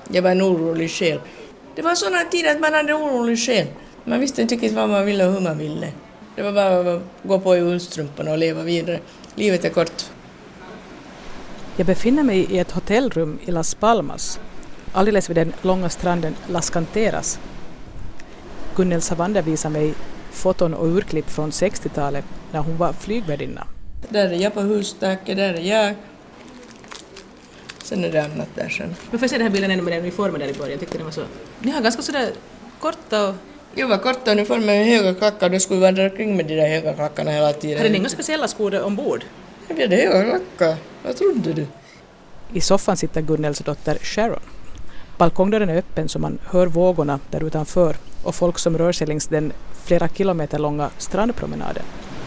Jag var en orolig själ. Det var sådana tider att man hade orolig själ. Man visste inte riktigt vad man ville och hur man ville. Det var bara att gå på i ullstrumporna och leva vidare. Livet är kort. Jag befinner mig i ett hotellrum i Las Palmas, alldeles vid den långa stranden Las Canteras. Gunnel Savander visar mig foton och urklipp från 60-talet när hon var flygvärdinna. Där är jag på hustaket, där är jag. Sen är det annat där sen. Men får jag se den här bilden ännu med den uniformen där i början? Jag tyckte den var så... Ni har ganska sådär korta och... Jag var korta uniformer med höga klackar och det skulle vandra kring med de där höga klackarna hela tiden. Hade ni inga speciella skor ombord? Jag hade höga klackar. Vad trodde du? I soffan sitter Gunnels dotter Sharon. Balkongdörren är öppen så man hör vågorna där utanför och folk som rör sig längs den flera kilometer långa strandpromenaden.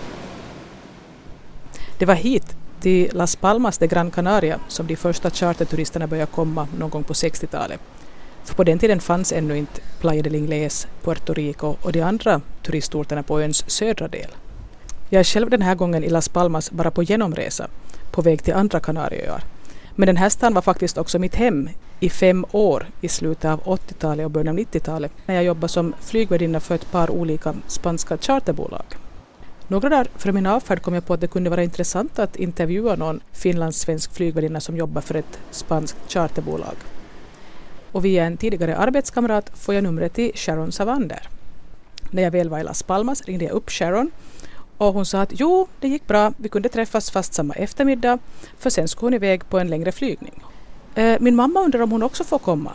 Det var hit, till Las Palmas de Gran Canaria, som de första charterturisterna började komma någon gång på 60-talet. För på den tiden fanns ännu inte Playa del Ingles, Puerto Rico och de andra turistorterna på öns södra del. Jag är själv den här gången i Las Palmas bara på genomresa, på väg till andra Kanarieöar. Men den här stan var faktiskt också mitt hem i 5 år i slutet av 80-talet och början av 90-talet när jag jobbade som flygvärdinna för ett par olika spanska charterbolag. Några dagar före min avfärd kom jag på att det kunde vara intressant att intervjua någon finlandssvensk flygvärdinna som jobbar för ett spanskt charterbolag. Och via en tidigare arbetskamrat får jag numret till Sharon Savander. När jag väl var i Las Palmas ringde jag upp Sharon och hon sa att jo, det gick bra, vi kunde träffas fast samma eftermiddag för sen skulle hon iväg på en längre flygning. Min mamma undrar om hon också får komma.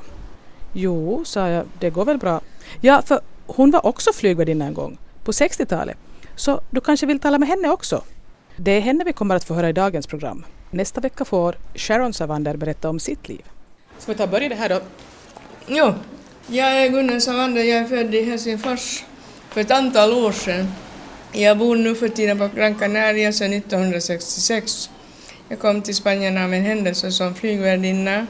Jo, sa jag, det går väl bra. Ja, för hon var också flygvärdinna en gång, på 60-talet. Så du kanske vill tala med henne också. Det är henne vi kommer att få höra i dagens program. Nästa vecka får Sharon Savander berätta om sitt liv. Ska vi ta och börja det här då? Jo, jag är Gunnel Savander, jag är född i Helsingfors för ett antal år sedan. Jag bor nu för tiden på Gran Canaria sedan 1966. Jag kom till Spanien av en händelse som flygvärdinna.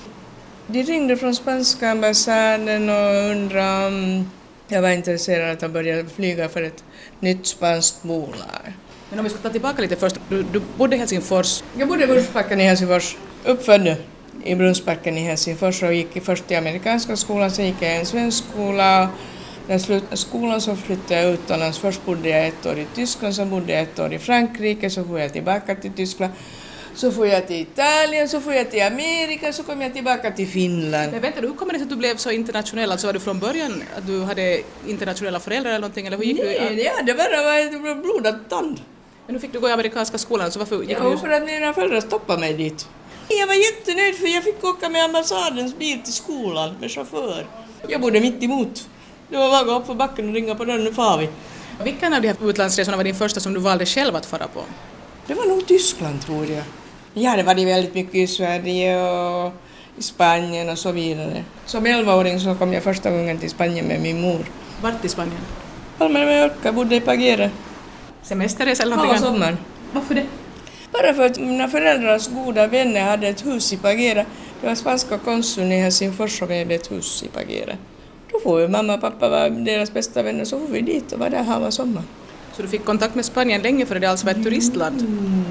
De ringde från spanska ambassaden och undrade om jag var intresserad av att börja flyga för ett nytt spanskt bolag. Men om vi ska ta tillbaka lite först. Du bodde i Helsingfors. Jag bodde i Brunnsbacken i Helsingfors. Uppfödd i Brunnsbacken i Helsingfors och gick först i amerikanska skolan, sen gick jag i en svensk skola. När jag slutade skolan så flyttade jag utomlands. Först bodde jag 1 år i Tyskland, så bodde jag 1 år i Frankrike, så får jag tillbaka till Tyskland. Så får jag till Italien, så får jag till Amerika, så kom jag tillbaka till Finland. Men vänta, hur kommer det sig att du blev så internationell? Alltså var du från början att du hade internationella föräldrar eller någonting? Eller hur gick Nej, det var ett blodad tand. Men nu fick du gå i amerikanska skolan, så varför gick du? För att mina föräldrar stoppade mig dit. Jag var jättenöjd för jag fick åka med ambassadens bil till skolan med chaufför. Jag bodde mitt emot. Det var bara att gå upp på backen och ringa på den, nu far vi. Vilken av de här utlandsresorna var din första som du valde själv att fara på? Det var nog Tyskland, tror jag. Ja, det var det väldigt mycket i Sverige och i Spanien och så vidare. Som 11-åring så kom jag första gången till Spanien med min mor. Vart i Spanien? Palma de Mallorca, bodde i Pagera. Semesterresa eller någonting? Ja, sommaren. Varför det? Bara för att mina föräldrars goda vänner hade ett hus i Pagera. Det var spanska konsuln i Helsingfors som hade ett hus i Pagera. Då får vi mamma och pappa var deras bästa vänner, så får vi dit och var där halva sommaren. Så du fick kontakt med Spanien länge före det alltså var ett turistland?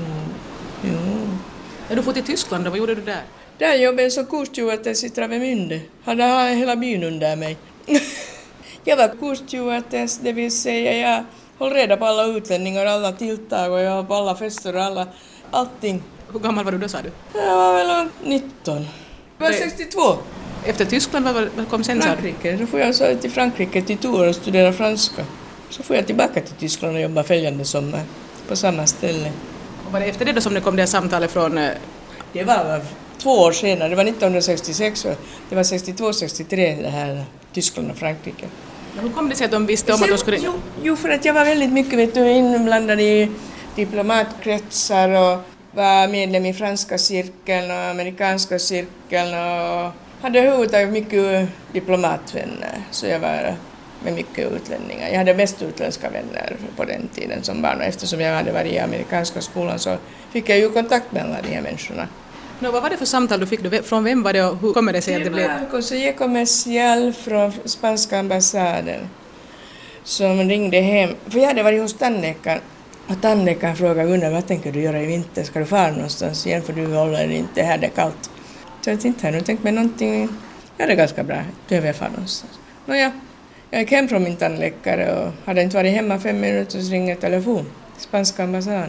Jo. När du får till Tyskland, vad gjorde du där? Där jobbade jag som kursstewardess i Travemünde. Hade hela byn under mig. Jag var kursstewardess, det vill säga jag höll reda på alla utlänningar, alla tilltag och jag var på alla fester och allting. Hur gammal var du då, sa du? Jag var väl 19. Jag var 62. Efter Tyskland, vad kom sen? Frankrike. Då får jag så till Frankrike till Tours och studera franska. Så får jag tillbaka till Tyskland och jobba följande sommar på samma ställe. Och var det efter det då som det kom det samtalet från... Det var 2 år senare, det var 1966 och det var 62-63 det här Tyskland och Frankrike. Men hur kom det sig att de visste om att de skulle... Jo, för att jag var väldigt mycket inblandad i diplomatkretsar och var medlem i franska cirkeln och amerikanska cirkeln och hade överhuvudtaget mycket diplomatvänner, så jag var med mycket utlänningar. Jag hade mest utländska vänner på den tiden som barn och eftersom jag hade varit i amerikanska skolan så fick jag ju kontakt med alla de här människorna. Vad var det för samtal du fick? Från vem var det och hur kommer det sig att det blev? Det var conseiller commercial från spanska ambassaden som ringde hem. För jag hade varit hos tandläkaren och tandläkaren frågade Gunnar, vad tänker du göra i vinter? Ska du fara någonstans igen för du håller inte här, det är kallt. Så jag tänkte, har du tänkt mig någonting Ja, det är ganska bra. Behöver jag fara någonstans. Nåja, jag gick hem från min tandläkare och hade inte varit hemma 5 minuter så ringde telefon. Spanska ambassaden.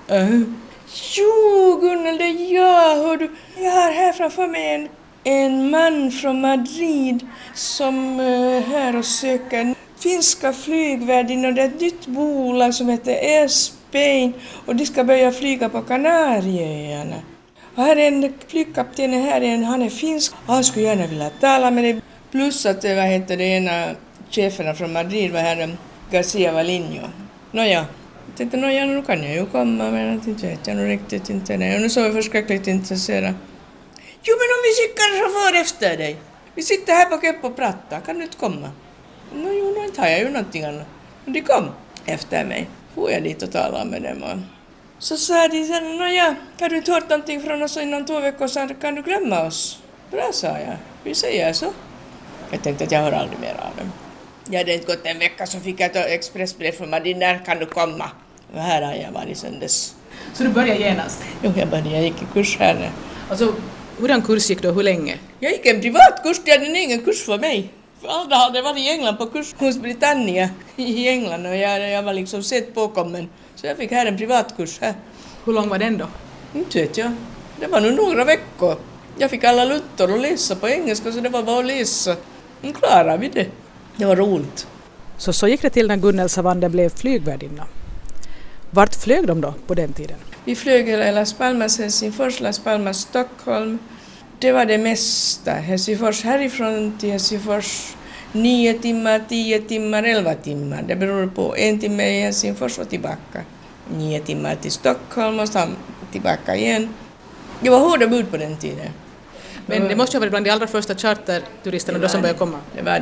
Jo, Gunnel, det är jag. Hör du? Jag har här framför mig en man från Madrid som här och söker finska flygvärdinnor. Det är ett nytt bolag som heter Air Spain och de ska börja flyga på Kanarieöarna. Och här är en flygkapten, han är finsk och han skulle gärna vilja tala med dig. Plus att det ena cheferna från Madrid var här, Garcia Valinho. Nåja, jag tänkte nu kan jag ju komma, men inte vet jag nog riktigt inte. Nej. Och nu så är jag förskräckligt intresserad. Jo, men om vi skickar chaufför efter dig. Vi sitter här på Kepp och pratar, kan du inte komma? Jo, inte har jag ju någonting annat. Men de kom efter mig. Får jag dit och tala med dem. Och så sa de sen, har du inte hört någonting från oss innan 2 veckor sedan, kan du glömma oss? Bra, sa jag. Vi säger så. Jag tänkte att jag hör aldrig mer av dem. Jag hade inte gått en vecka så fick jag ett expressbrev från Madin, där kan du komma. Och här har jag varit sen dess. Så du började genast? Jo, jag gick i kurs här. Alltså, hurdan kurs gick du och hur länge? Jag gick en privat kurs, det hade en egen kurs för mig. Alla hade varit i England på kurs hos Britannia i England och jag var liksom sett påkommen. Så jag fick här en privat kurs här. Hur lång var den då? Inte vet jag. Det var nog några veckor. Jag fick alla luttor och läsa på engelska så det var bara att läsa. Nu klarade vi det. Det var roligt. Så gick det till när Gunnel Savander blev flygvärdinna. Vart flög de då på den tiden? Vi flög hela Las Palmas, Helsingfors, Las Palmas, Stockholm. Det var det mesta. Helsingfors härifrån till Helsingfors 9 timmar, 10 timmar, 11 timmar. Det beror på 1 timme i Helsingfors och tillbaka. 9 timmar till Stockholm och sen tillbaka igen. Det var hårda bud på den tiden. Men det måste ju ha varit bland de allra första charterturisterna då som började komma. Det var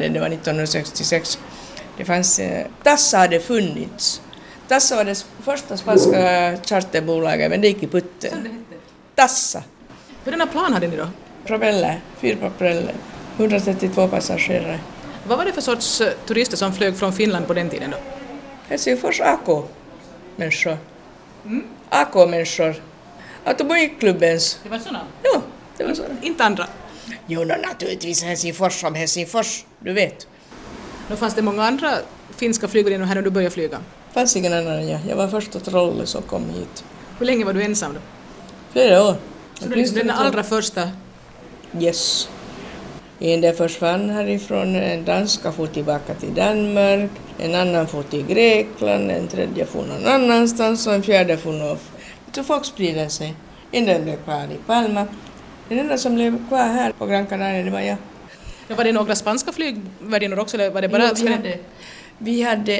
1966. Det fanns, Tassa hade funnits. Tassa var det första spanska charterbolaget, men det gick i putten. Som det hette? Tassa. Hurdana plan hade ni då? Propeller, 4 propeller. 132 passagerare. Vad var det för sorts turister som flög från Finland på den tiden då? Helsingfors AK-människor. AK-människor. Automobilklubbens. Det var sådana? Ja, det var sådana. Inte andra? Jo, naturligtvis Helsingfors som Helsingfors, du vet. Då fanns det många andra finska flygvärdinnor här när du började flyga. Fanns ingen annan än jag. Jag var första trollet som kom hit. Hur länge var du ensam då? Flera år. Så du liksom den allra första? Yes. En där försvann härifrån, en danska får tillbaka till Danmark, en annan får till Grekland, en tredje får någon annanstans och en fjärde får någon. Så folk sprider sig. En där blev kvar i Palma. Den enda som blev kvar här på Gran Canaria, det var jag. Var det några spanska flygvärdinnor också eller var det bara... Jo, vi hade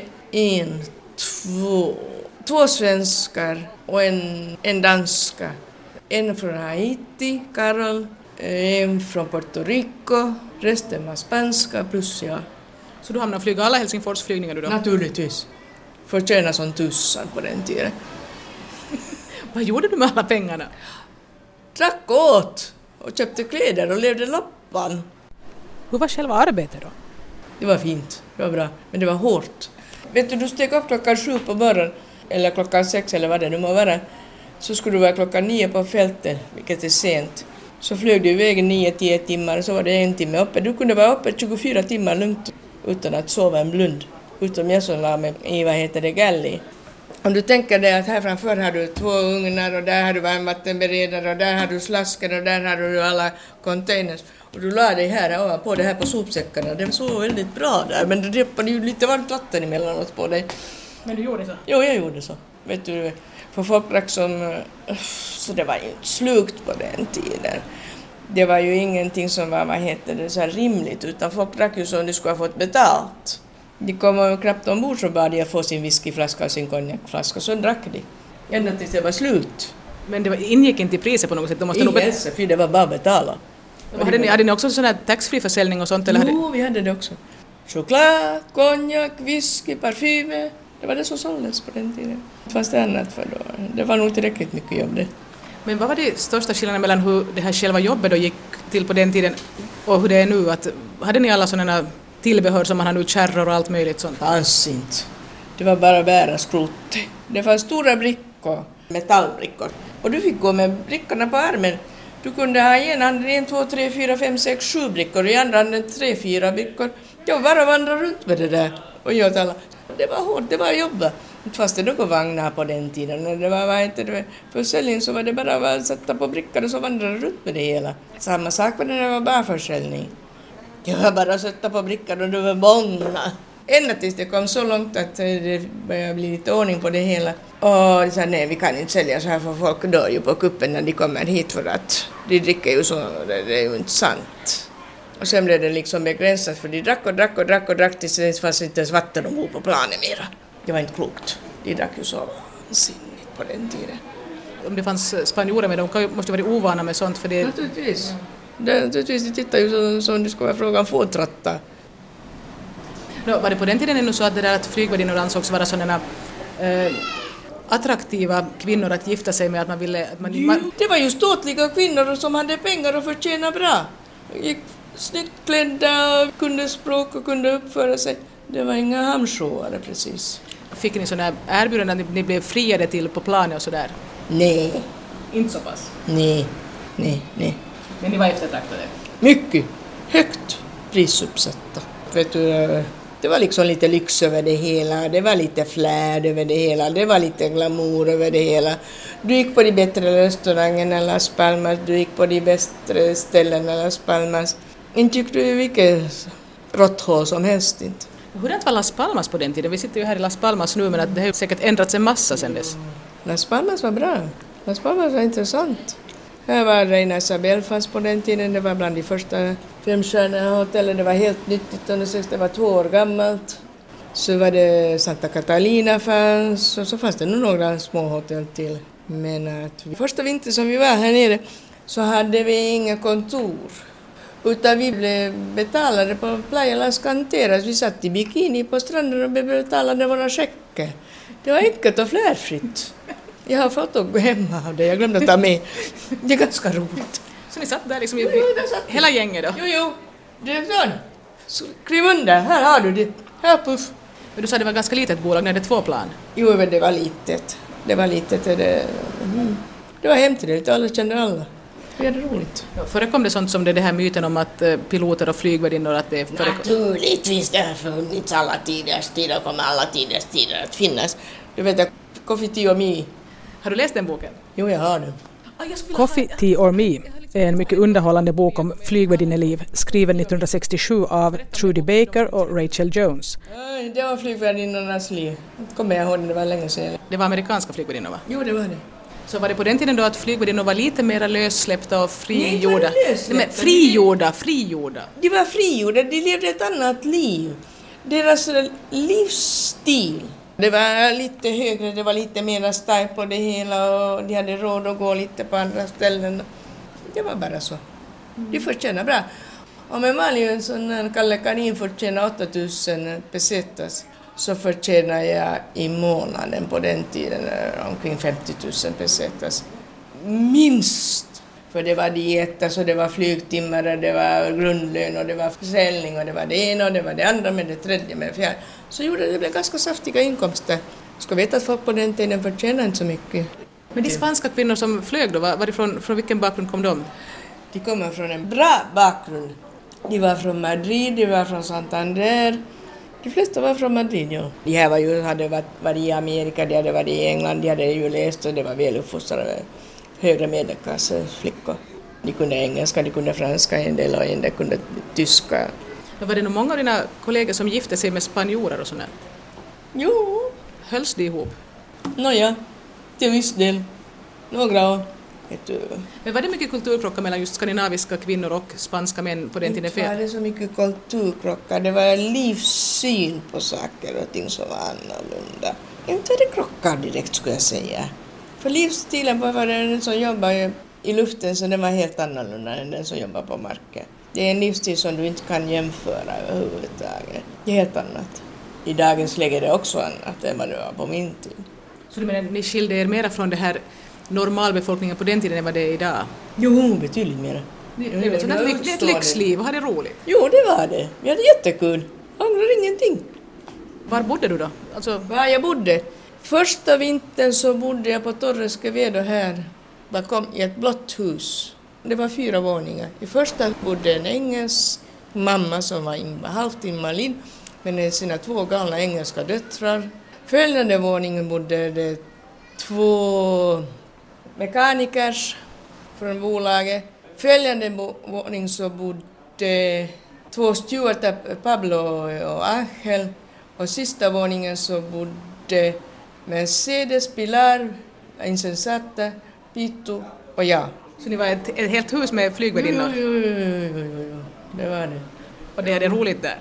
två svenskar och en danska. En från Haiti, Carol, en från Puerto Rico, resten var spanska plus jag. Så du hamnade flyga alla Helsingfors flygningar du då? Naturligtvis. Förtjäna som tussan på den tiden. Vad gjorde du med alla pengarna? Drack åt och köpte kläder och levde loppan. Hur var själva arbetet då? Det var fint, det var bra, men det var hårt. Vet du steg upp 7:00 på morgonen, eller 6:00 eller vad det nu må vara. Så skulle du vara 9:00 på fältet, vilket är sent. Så flög du iväg 9-10 timmar och så var det 1 timme uppe. Du kunde vara uppe 24 timmar lugnt utan att sova en blund. Utom jag som la mig i galley. Om du tänker dig att här framför har du 2 ugnar och där har du varmvattenberedare och där har du slasken och där har du alla containers. Och du la dig här ovanpå det här på sopsäckarna. Det såg väldigt bra där, men det droppade ju lite varmt vatten emellanåt på dig. Men du gjorde så? Jo, jag gjorde så. Vet du, för folk drack som... Så det var ju slukt på den tiden. Det var ju ingenting som var så här rimligt, utan folk drack ju som de skulle ha fått betalt. De kom knappt ombord så bad de få sin whiskyflaska och sin konjakflaska, så drack de. Ända tills det var slut. Men det ingick inte i priset på något sätt? För det var bara betala. Hade ni också sån här taxfree-försäljning och sånt? Eller Jo, vi hade det också. Choklad, konjak, whisky, parfymer. Det var det som såldes på den tiden. Det fanns det annat för då. Det var nog tillräckligt mycket jobb det. Men vad var det största skillnaden mellan hur det här själva jobbet då gick till på den tiden och hur det är nu? Hade ni alla sådana tillbehör som man har nu, kärror och allt möjligt sånt? Fanns inte. Det var bara bära skrotet. Det fanns stora brickor, metallbrickor. Och du fick gå med brickorna på armen. Du kunde ha i en hand 1, 2, 3, 4, 5, 6, 7 brickor och i andra handen 3, 4 brickor. Jag bara vandrade runt med det där och jag alla. Det var hårt, det var jobbet. Fast det några vagnar på den tiden. När det var inte försäljning så var det bara att sätta på brickor och så vandrade runt med det hela. Samma sak med när det var bara försäljning. Det var bara att sätta på brickor och det var många. Ända tills det kom så långt att det började bli lite ordning på det hela. Och de sa nej, vi kan inte sälja så här för folk dör ju på kuppen när de kommer hit för att de dricker ju så, det är ju inte sant. Och sen blev det liksom begränsat för de drack tills det fanns inte ens vatten ombord på planen mera. Det var inte klokt. De drack ju så vansinnigt på den tiden. Om det fanns spanjorer med, de måste vara ovana med sånt för det... Naturligtvis. Naturligtvis, de tittar ju som det skulle vara frågan fåtratta. Var det på den tiden ännu så att det där att flygvärdinnor ansågs vara sådana attraktiva kvinnor att gifta sig med, att man ville... Att man... Det var ju ståtliga kvinnor som hade pengar och förtjänade bra. Gick snyggt klädda, kunde språk och kunde uppföra sig. Det var inga hamsjåare precis. Fick ni sådana erbjudanden att ni blev friade till på planet och sådär? Nej. Inte så pass? Nej. Men ni var eftertraktade? Mycket. Högt prisuppsatta. Vet du, det var liksom lite lyx över det hela, det var lite flärd över det hela, det var lite glamour över det hela. Du gick på de bättre restaurangerna än Las Palmas, du gick på de bättre ställena än Las Palmas. Inte tyckte du vilket råtthål som helst inte. Hur var Las Palmas på den tiden? Vi sitter ju här i Las Palmas nu, men att det har säkert ändrats en massa sedan dess. Las Palmas var bra. Las Palmas var intressant. Här var Reina Isabel fanns på den tiden, det var bland de första 5-stjärniga hotellen, det var helt nytt 1906, det var 2 år gammalt. Så var det Santa Catalina fanns och så fanns det nog några små hotell till. Men att första vintern som vi var här nere så hade vi inga kontor. Utan vi blev betalade på Playa Las Canteras, vi satt i bikini på stranden och blev betalade våra checker. Det var enkelt och flärfritt. Jag har fått att gå hemma av det, jag glömde att ta med. Det är ganska roligt. Så ni satt där liksom hela gänget då? Jo. Det är sån. Skriv under, här har du det. Här puff. Men du sa att det var ganska litet bolag när det är 2 plan. Jo, men det var litet. Det var hemträligt, alla kände alla. Vi hade roligt. Förekom det sånt som det här myten om att piloter och flygvärdinnor att det förekom? Naturligtvis, det har funnits alla tiders tider och kommer alla tiders tider att finnas. Du vet, Coffee, Tea or Me. Har du läst den boken? Jo, jag har den. Coffee, Tea or Me är en mycket underhållande bok om flygvärdinneliv skriven 1967 av Trudy Baker och Rachel Jones. Det var flygvärdinnornas liv. Kommer jag ihåg, det var länge sedan. Det var amerikanska flygvärdinnor, va? Jo, det var det. Så var det på den tiden då att flygvärdinnor var lite mer lössläppta och frigjorda? Nej, frigjorda. De var frigjorda, de levde ett annat liv. Deras livsstil. Det var lite högre, det var lite mer style på det hela och de hade råd att gå lite på andra ställen. Det var bara så. De förtjänar bra. Om en vanlig sån Kalle Kanin förtjänar 8000 pesetas så förtjänar jag i månaden på den tiden omkring 50 000 pesetas. Minst! För det var dieter, så det var flygtimmar, det var grundlön och det var försäljning och det var det ena och det var det andra med det tredje med det fjärde. Så gjorde det blev ganska saftiga inkomster. Ska veta att folk på den tiden förtjänar inte så mycket. Men de spanska kvinnor som flög då, från vilken bakgrund kom de? De kommer från en bra bakgrund. De var från Madrid, de var från Santander. De flesta var från Madrid, ja. De här hade varit i Amerika, de hade varit i England, de hade ju läst och det var väluppfostrade högre medelklassflickor. De kunde engelska, de kunde franska en del och en del kunde tyska. Var det nog många av dina kollegor som gifte sig med spanjorer och sånt? Jo. Hölls de ihop? Nåja, till viss del. Några år. Men var det mycket kulturkrockar mellan just skandinaviska kvinnor och spanska män på den tiden? Inte var det så mycket kulturkrockar, det var livssyn på saker och ting som var annorlunda. Inte var det krockar direkt skulle jag säga. För livsstilen på den som jobbar i luften så den var helt annorlunda än den som jobbar på marken. Det är en livsstil som du inte kan jämföra överhuvudtaget. Det är helt annat. I dagens läge är det också annat än vad det var på min tid. Så du menar, ni skilde er mera från det här normalbefolkningen på den tiden än vad det är idag? Jo, betydligt mer. Det är ett lyxliv och hade roligt. Jo, det var det. Vi hade jättekul. Ångrar ingenting. Var bodde du då? Var jag bodde? Första vintern så bodde jag på Torres Quevedo här. Bakom i ett blått hus. Det var 4 våningar. I första bodde en engelsk mamma som var halvt invalid med sina 2 galna engelska döttrar. Följande våningen bodde det 2 mekanikers från bolaget. Följande våning så bodde 2 stewarder, Pablo och Ángel. Och sista våningen så bodde Mercedes, Pilar, Insensata, Pito och jag. Så ni var ett helt hus med flygvärdinnor? Jo, det var det. Och det är det roligt där?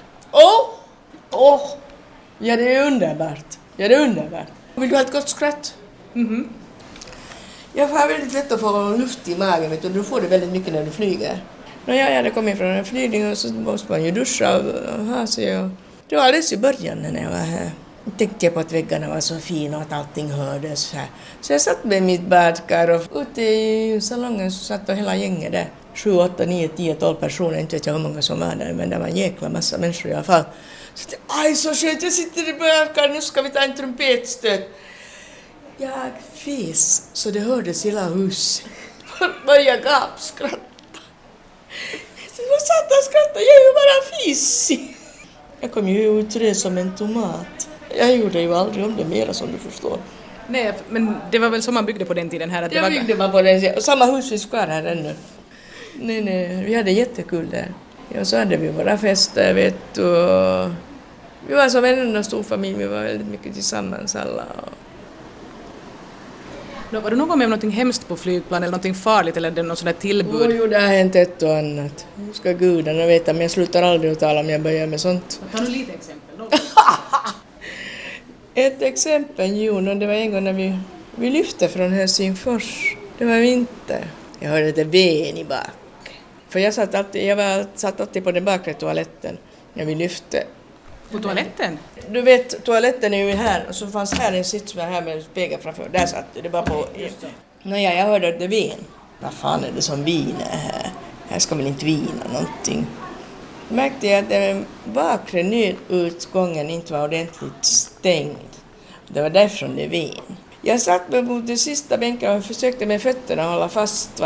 Ja, det är underbart. Vill du ha ett gott skratt? Mhm. Jag har väldigt lätt att få luft i magen, vet du. Du får det väldigt mycket när du flyger. När jag hade kommit från en flygning så måste man ju duscha och ha sig. Och det var alldeles i början när jag var här. Tänkte jag på att väggarna var så fina och att allting hördes här. Så jag satt med mitt badkar och ute i salongen så satt hela gänget där. 7, 8, 9, 10, 12 personer, inte vet jag hur många som var där, men det var en jäkla massa människor i alla fall. Så jag tänkte, aj så skönt, jag sitter i badkar, nu ska vi ta en trumpetstöt. Jag fes så det hördes i hela huset. Folk började gapskratta. Vad satan skrattar, jag är ju bara fisig. Jag kom ju ut röd som en tomat. Jag gjorde ju aldrig om det mera som du förstår. Nej, men det var väl som man byggde på den tiden här? Att Jag byggde man på den tiden. Och samma hus finns kvar här ännu. Nej, vi hade jättekul där. Och så hade vi våra fester, vet du. Vi var som en enda stor familj, vi var väldigt mycket tillsammans alla. Var du någon gång med om något hemskt på flygplan eller något farligt eller något sådant tillbud? Jo, det har hänt ett och annat. Nu ska gudarna veta, men jag slutar aldrig att tala om jag börjar med sånt. Ta nu lite exempel. Ett exempel, det var en gång när vi lyfte från Helsingfors. Det var vinter. Jag hörde det ven i bak. För jag satt alltid på den bakre toaletten när vi lyfte. På toaletten? Du vet, toaletten är ju här och så fanns här en sits med här med spegel framför. Där satt det bara på. Jag hörde det ven. Vad fan är det som viner här? Här ska väl inte vina någonting. Märkte jag att den bakre nödutgången inte var ordentligt stängd. Det var därifrån det ven. Jag satt mot den sista bänken och försökte med fötterna hålla fast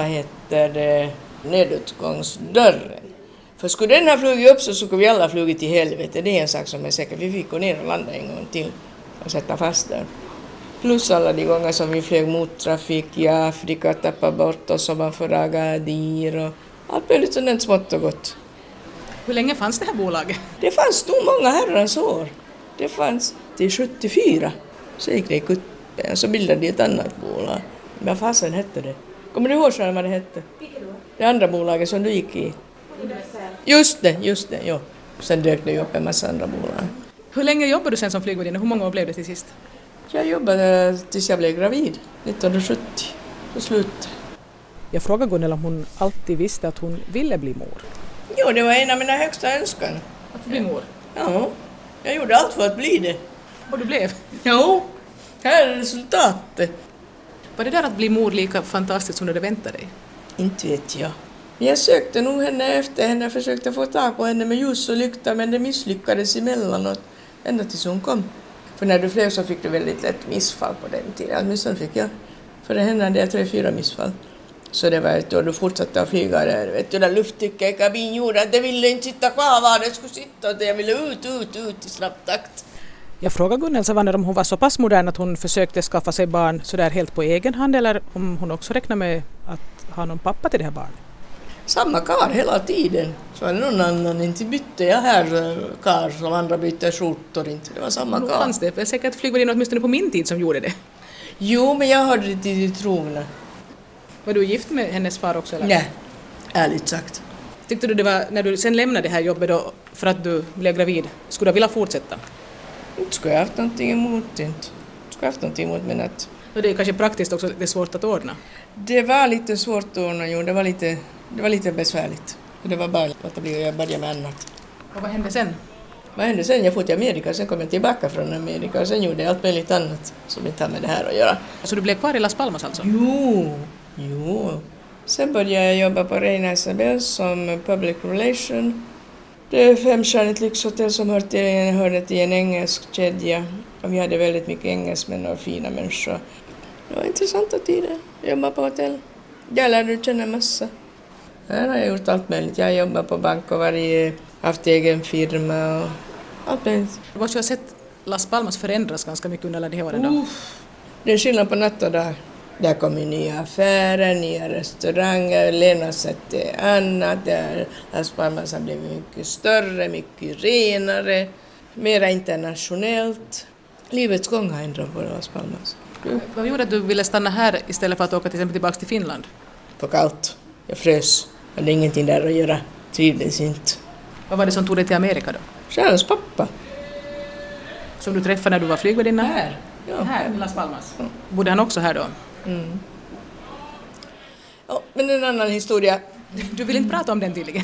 nödutgångsdörren. För skulle den ha flugit upp så skulle vi alla flugit till helvete. Det är en sak som är säker. Vi fick gå ner och landa en gång till och sätta fast där. Plus alla de gånger som vi flög mot trafik i Afrika, tappade bort oss ovanför Agadir och allt möjligt sådant smått och gott. Hur länge fanns det här bolaget? Det fanns nog många herrans år. Det fanns till 74. Så gick det i kuppen och så bildade de ett annat bolag. Vad fasen hette det? Kommer du ihåg själv vad det hette? Det andra bolaget som du gick i. Just det, ja. Sen dök det ju upp en massa andra bolag. Hur länge jobbade du sen som flygvärdinna? Hur många år blev det till sist? Jag jobbade tills jag blev gravid, 1970. Så slut. Jag frågade Gunnel om hon alltid visste att hon ville bli mor. Jo, det var en av mina högsta önskan. Att bli mor? Ja, jag gjorde allt för att bli det. Och du blev? Jo, här är resultatet. Var det där att bli mor lika fantastiskt som du hade väntat dig? Inte vet jag. Jag sökte nog henne efter henne, försökte få tag på henne med ljus och lykta, men det misslyckades emellanåt ända tills hon kom. För när du flög så fick du väldigt lätt missfall på den tiden. Åtminstone fick jag. För det hände det 3-4 missfall. Så det var ett år du fortsatte att flyga där. Vet du, där lufttrycket i kabin gjorde att det ville inte sitta kvar var det skulle sitta. Och jag ville ut i snabb takt. Jag frågade Gunnel Savander om hon var så pass modern att hon försökte skaffa sig barn så där helt på egen hand eller om hon också räknar med att ha någon pappa till det här barnet. Samma kar hela tiden. Så var det någon annan, inte bytte jag här kar som andra bytte skjortor inte. Det var samma kar. Fanns det? För säkert flygvärdinna åtminstone på min tid som gjorde det. Jo, men jag hörde det till trogna. Var du gift med hennes far också? Eller? Nej, ärligt sagt. Tyckte du det var, när du sen lämnade det här jobbet då, för att du blev gravid, skulle du vilja fortsätta? Inte skulle jag haft någonting emot men att... Och det är kanske praktiskt också det är svårt att ordna? Det var lite svårt att ordna, jo. Det var lite besvärligt. Det var bara att jag började med annat. Och vad hände sen? Jag for till Amerika, sen kom jag tillbaka från Amerika och sen gjorde jag allt möjligt annat som inte har med det här att göra. Så du blev kvar i Las Palmas alltså? Jo. Sen började jag jobba på Reina Isabel som public relation. Det är 5-stjärnigt lyxhotell som hörde till en engelsk kedja. Och vi hade väldigt mycket engelsmän och fina människor. Det var intressanta tider. Jag jobbade på hotell. Jag lärde känna massa. Här har jag gjort allt möjligt. Jag jobbar på bank och haft egen firma och allt möjligt. Du måste ju ha sett Las Palmas förändras ganska mycket under alla de åren då. Det är skillnad på natt och dag. Där kommer nya affärer, nya restauranger, levnadssätt annat. Las Palmas har blivit mycket större, mycket renare, mera internationellt. Livets gång har ändrat på Las Palmas. Vad gjorde att du ville stanna här istället för att åka till exempel tillbaka till Finland? För kallt. Jag frös. Jag hade ingenting där att göra. Trivdes inte. Vad var det som tog dig till Amerika då? Charles pappa. Som du träffade när du var flygvärdinna? Här. Ja. Här i Las Palmas. Bodde han också här då? Mm. Ja, men det är en annan historia. Du vill inte prata om den tydligen?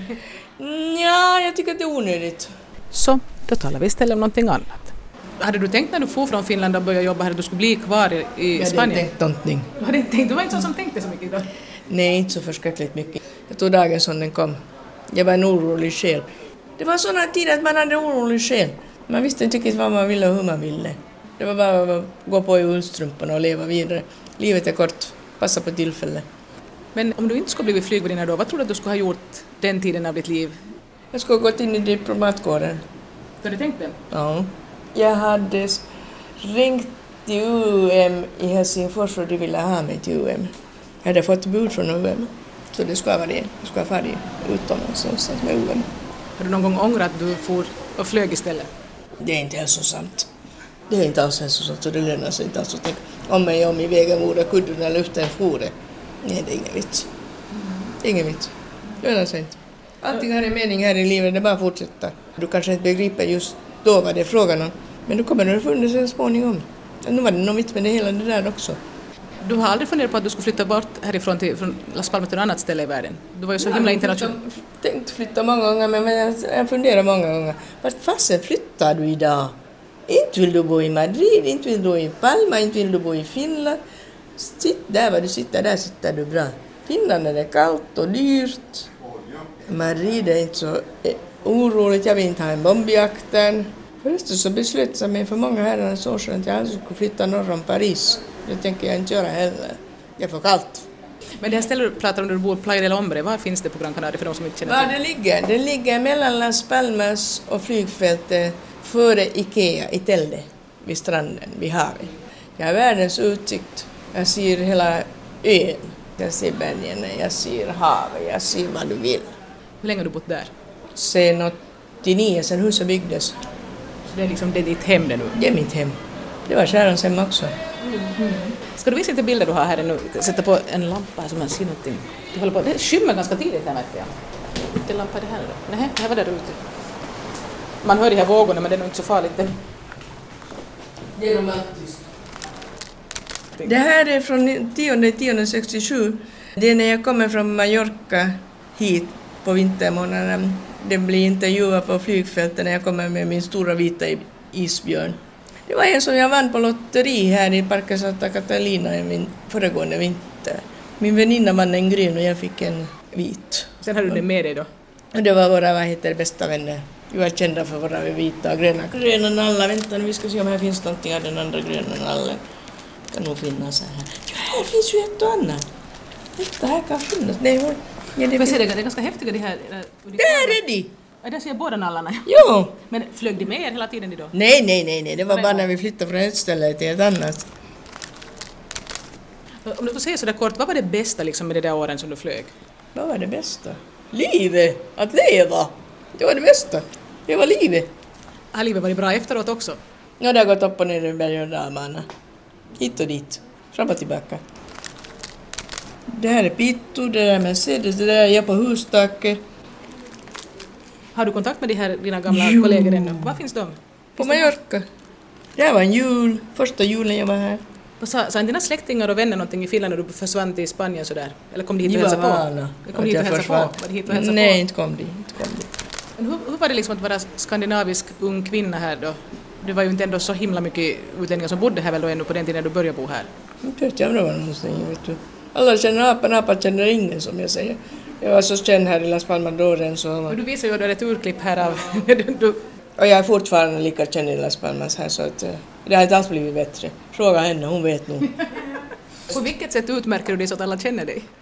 Ja, jag tycker att det är onödigt. Så, då talar vi istället om någonting annat. Hade du tänkt när du for från Finland och började jobba här att du skulle bli kvar i Spanien? Jag hade inte tänkt någonting. Du hade inte tänkt? Du var inte så som tänkte så mycket då? Nej, inte så förskräckligt mycket. Jag tog dagen som den kom. Jag var en orolig själ. Det var sådana tider att man hade orolig själ. Man visste inte riktigt vad man ville och hur man ville. Det var bara att gå på i ullstrumporna och leva vidare. Livet är kort. Passa på tillfälle. Men om du inte skulle bli flygvärdinna då, vad tror du att du skulle ha gjort den tiden av ditt liv? Jag skulle ha gått in i diplomatkåren. Du hade tänkt det? Ja. Jag hade ringt till UM i Helsingfors och de ville ha mig till UM. Jag hade fått bud från UM. Så det skulle ha varit utomlands någonstans med UM. Har du någon gång ångrat att du for och flög istället? Det är inte hälsosamt. Det är inte alls hälsosamt så det lönar sig inte alls att tänka om mig om i vägen vore kudden eller luften fore. Nej, det är ingen vits. Det är ingen vits. Det lönar sig inte. Allting har en mening här i livet, det bara fortsätter. Du kanske inte begriper just då vad det är frågan om, men du kommer att fundera sig småningom. Nu var det något vits med det hela det där också. Du har aldrig funderat på att du skulle flytta bort härifrån från Las Palmas till ett annat ställe i världen? Du var ju så himla internationell. Jag tänkte flytta många gånger, men jag funderar många gånger. Vart fasen flyttar du idag? Inte vill du bo i Madrid, inte vill du bo i Palma, inte vill du bo i Finland. Sitt där var du sitter, där sitter du bra. Finland är det kallt och dyrt. Madrid är inte så oroligt, jag vill inte ha en bombjakten. Förresten så beslöt jag mig för många herrarnas år sedan att jag skulle flytta norr om Paris. Det tänker jag inte göra heller. Det är för kallt. Men det här stället du pratar om där du bor, Playa del Hombre, var finns det på Gran Canaria för de som inte känner till? Var det ligger? Det ligger mellan Las Palmas och flygfältet före Ikea i Telde, vid stranden, vid havet. Jag har världens utsikt. Jag ser hela ön. Jag ser bergen, jag ser havet, jag ser vad du vill. Hur länge har du bott där? Sen 89, sen huset byggdes. Så det är liksom det är ditt hem det nu? Det är mitt hem. Det var Kärans hem också. Ska du visa lite bilder du har här nu? Sätta på en lampa här så man ser någonting. Du håller på. Det skymmer ganska tidigt här märker jag. Vilken lampa är det här nu då? Nej, det här var där ute. Man hör de här vågorna men det är nog inte så farligt. Det är romantiskt. Det här är från 10/10/67. Det är när jag kommer från Mallorca hit på vintermånaderna. Det blir intervjuat på flygfältet när jag kommer med min stora vita isbjörn. Det var en som jag vann på lotteri här i Parque Santa Catalina föregående vinter. Min väninna vann en grön och jag fick en vit. Sen har du den med dig då? Och det var våra bästa vänner. Vi var kända för våra vita och gröna. Gröna nallar, vänta nu vi ska se om här finns någonting av den andra gröna nallen. Det kan nog finnas här. Ja, här finns ju ett och annat. Vänta, här kan finnas. Nej, ja, det är ganska häftiga de här. Där är de! Ja, där ser jag båda nallarna. Jo! Men flög de med er hela tiden idag? Nej. Det var bara när vi flyttade från ett ställe till ett annat. Om du får säga så där kort, vad var det bästa liksom med de där åren som du flög? Vad var det bästa? Livet! Att leva! Det var det bästa. Det var livet. Har livet varit bra efteråt också? Ja, det har gått upp och ner i berg och dalbana. Hit och dit. Fram och tillbaka. Det här är Pitto, det där är Mercedes, det där är jag på hustaket. Har du kontakt med dina gamla kollegor ännu? Var finns de? På Mallorca. Det här var en jul. Första julen jag var här. Sa dina släktingar och vänner någonting i Finland när du försvann till Spanien sådär? Eller kom de hit och var hälsade på? vana. Kom de hit och hälsade på? Nej, inte kom de. Men hur var det liksom att vara skandinavisk ung kvinna här då? Det var ju inte ändå så himla mycket utlänningar som bodde här väl då ännu på den tiden när du började bo här. Jag vet inte vad någonsin, vet du. Alla känner apan känner ingen som jag säger. Jag var så känd här i Las Palmas då så... Men du visar ju ett urklipp här av... Och jag är fortfarande lika känd i Las Palmas här så att det har inte alls blivit bättre. Fråga henne, hon vet nog. På vilket sätt utmärker du dig så att alla känner dig?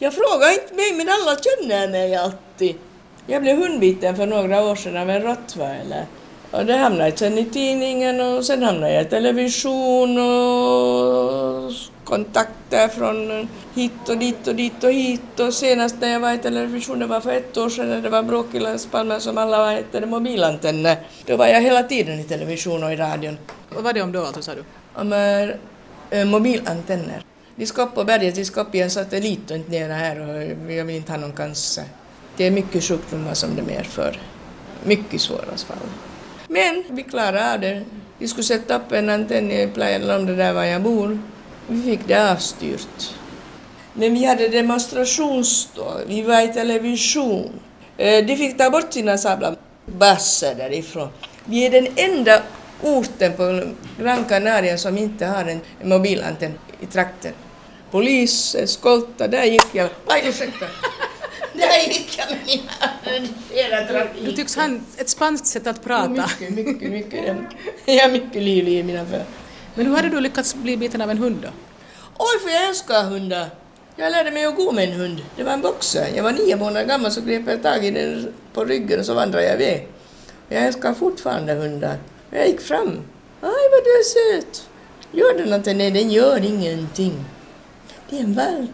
Jag frågar inte mig, men alla känner mig alltid. Jag blev hundbiten för några år sedan av en rottweiler. Och det hamnade sen i tidningen och sen hamnade jag i television och kontakter från hit och dit och dit och hit. Och senast när jag var i television, det var för 1 år sedan, när det var bråk i Las Palmas som alla hette mobilantenner. Då var jag hela tiden i television och i radion. Vad var det om då, alltså, sa du? Om mobilantenner. De ska upp på berget, de ska upp i en satellit och inte nere här och jag vill inte ha någon cancer. Det är mycket sjukdomar som det medför. Mycket svåra fall. Men vi klarade av det. Vi skulle sätta upp en antenn i Playa del Hombre där var jag bor. Vi fick det avstyrt. Men vi hade demonstrationsstål. Vi var i television. De fick ta bort sina sabla basser därifrån. Vi är den enda orten på Gran Canaria som inte har en mobilantenn i trakten. Polis, skolta, där gick jag. Aj, ursäkta. Där gick jag med mina trafik. Du tycks ha ett spanskt sätt att prata. Mycket. Jag är mycket livlig i mina för. Men hur hade du lyckats bli biten av en hund då? Oj, för jag älskar hundar. Jag lärde mig att gå med en hund. Det var en boxer. Jag var 9 månader gammal så grep jag tag i den på ryggen och så vandrade jag iväg. Jag älskar fortfarande hundar. Jag gick fram. Aj, vad du är söt. Gör den någonting? Nej, den gör ingenting. Det är en valp.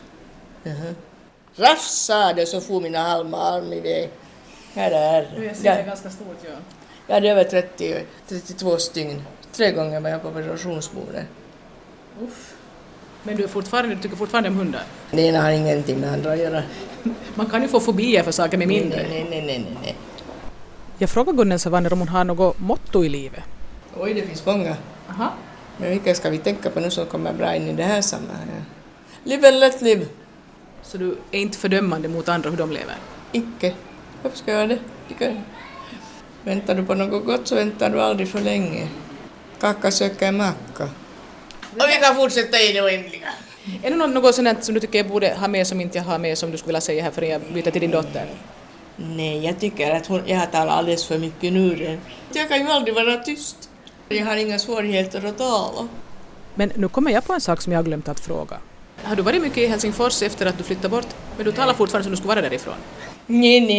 Rafsade så får mina arm iväg. Här är Jag ser det är ganska stort, ja. Jag hade över 32 stygn. 3 gånger var jag på operationsbordet. Uff. Men du tycker fortfarande om hundar? Det ena har ingenting med andra att göra. Man kan ju få fobier för saker med mindre. Nej. Jag frågar Gunnel Savander om hon har något motto i livet. Oj, det finns många. Aha. Men vilka ska vi tänka på nu som kommer bra in i det här sammanhanget? Live and let live. Så du är inte fördömande mot andra hur de lever? Icke. Varför ska jag göra det? Väntar du på något gott så väntar du aldrig för länge. Kaka söker macka. Och vi kan fortsätta i det oändliga. Är det något sånt som du tycker jag borde ha med som inte jag har med som du skulle vilja säga här för jag byter till din dotter? Nej, jag tycker att jag har talat alldeles för mycket nu. Jag kan ju aldrig vara tyst. Jag har inga svårigheter att tala. Men nu kommer jag på en sak som jag har glömt att fråga. Har du varit mycket i Helsingfors efter att du flyttade bort? Men du talar fortfarande som du skulle vara därifrån. Nej.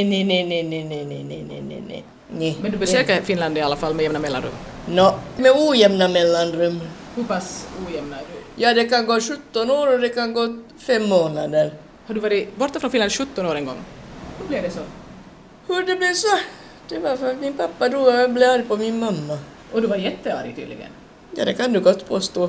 Men du besöker Finland i alla fall med jämna mellanrum? Med ojämna mellanrum. Hur pass ojämna är du? Ja, det kan gå 17 år och det kan gå 5 månader. Har du varit borta från Finland 17 år en gång? Hur blev det så? Hur det blev så? Det var för att min pappa dog och jag blev arg på min mamma. Och du var jättearg tydligen? Ja, det kan du gott påstå.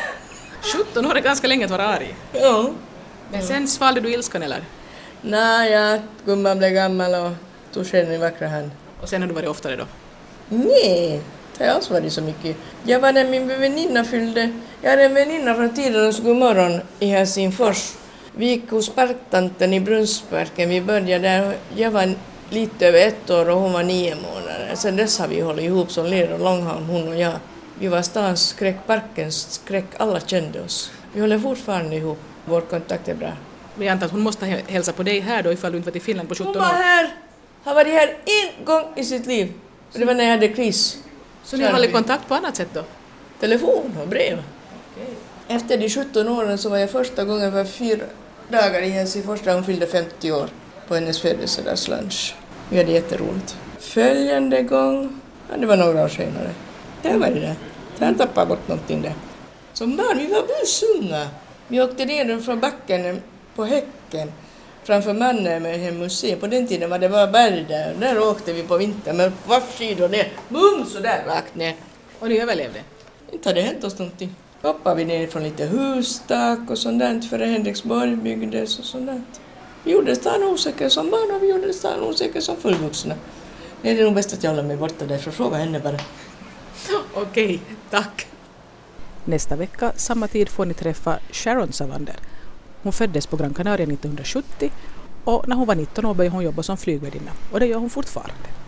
17 år är ganska länge att vara arg. Ja. Men sen svalde du ilskan eller? Nej, gumman blev gammal och tog skeden i vackra hand. Och sen har du varit oftare då? Nej, det har alls varit så mycket. Jag var när min väninna fyllde. Jag hade en väninna från Tidernas godmorgon i Helsingfors. Vi gick hos parktanten i Brunnsparken. Vi började där. Jag var lite över 1 år och hon var 9 månader. Sen dess har vi hållit ihop som ler och långhalm, hon och jag. Vi var stans skräck, parkens skräck. Alla kände oss. Vi håller fortfarande ihop. Vår kontakt är bra. Men jag antar att hon måste hälsa på dig här då ifall du inte varit i Finland på 17 år. Hon var här. Har varit här en gång i sitt liv. Och det var när jag hade kris. Så ni har hållit kontakt på annat sätt då? Telefon och brev. Okej. Efter de 17 åren så var jag första gången för 4 dagar i Helsingfors där hon fyllde 50 år på hennes födelsedagslunch. Vi hade jätteroligt. Följande gång, ja, det var några år senare. Där var det där. Han tappade bort någonting där. Som barn, vi var busunga. Vi åkte ner från backen på häcken framför Mannerheim museum. På den tiden var det bara berg där. Där åkte vi på vintern med vaffskidor ner. Bum, så där rakt ner. Och ni överlevde? Inte hade hänt oss någonting. Hoppade vi ner från lite hustak och sånt där före Henriksborg byggdes och sånt där. Vi gjorde stan osäker som barn och vi gjorde stan osäker som fullvuxna. Det är nog bäst att jag håller mig borta därför fråga henne bara. Okej, tack. Nästa vecka, samma tid, får ni träffa Sharon Savander. Hon föddes på Gran Canaria 1970 och när hon var 19 år började hon jobba som flygvärdinna och det gör hon fortfarande.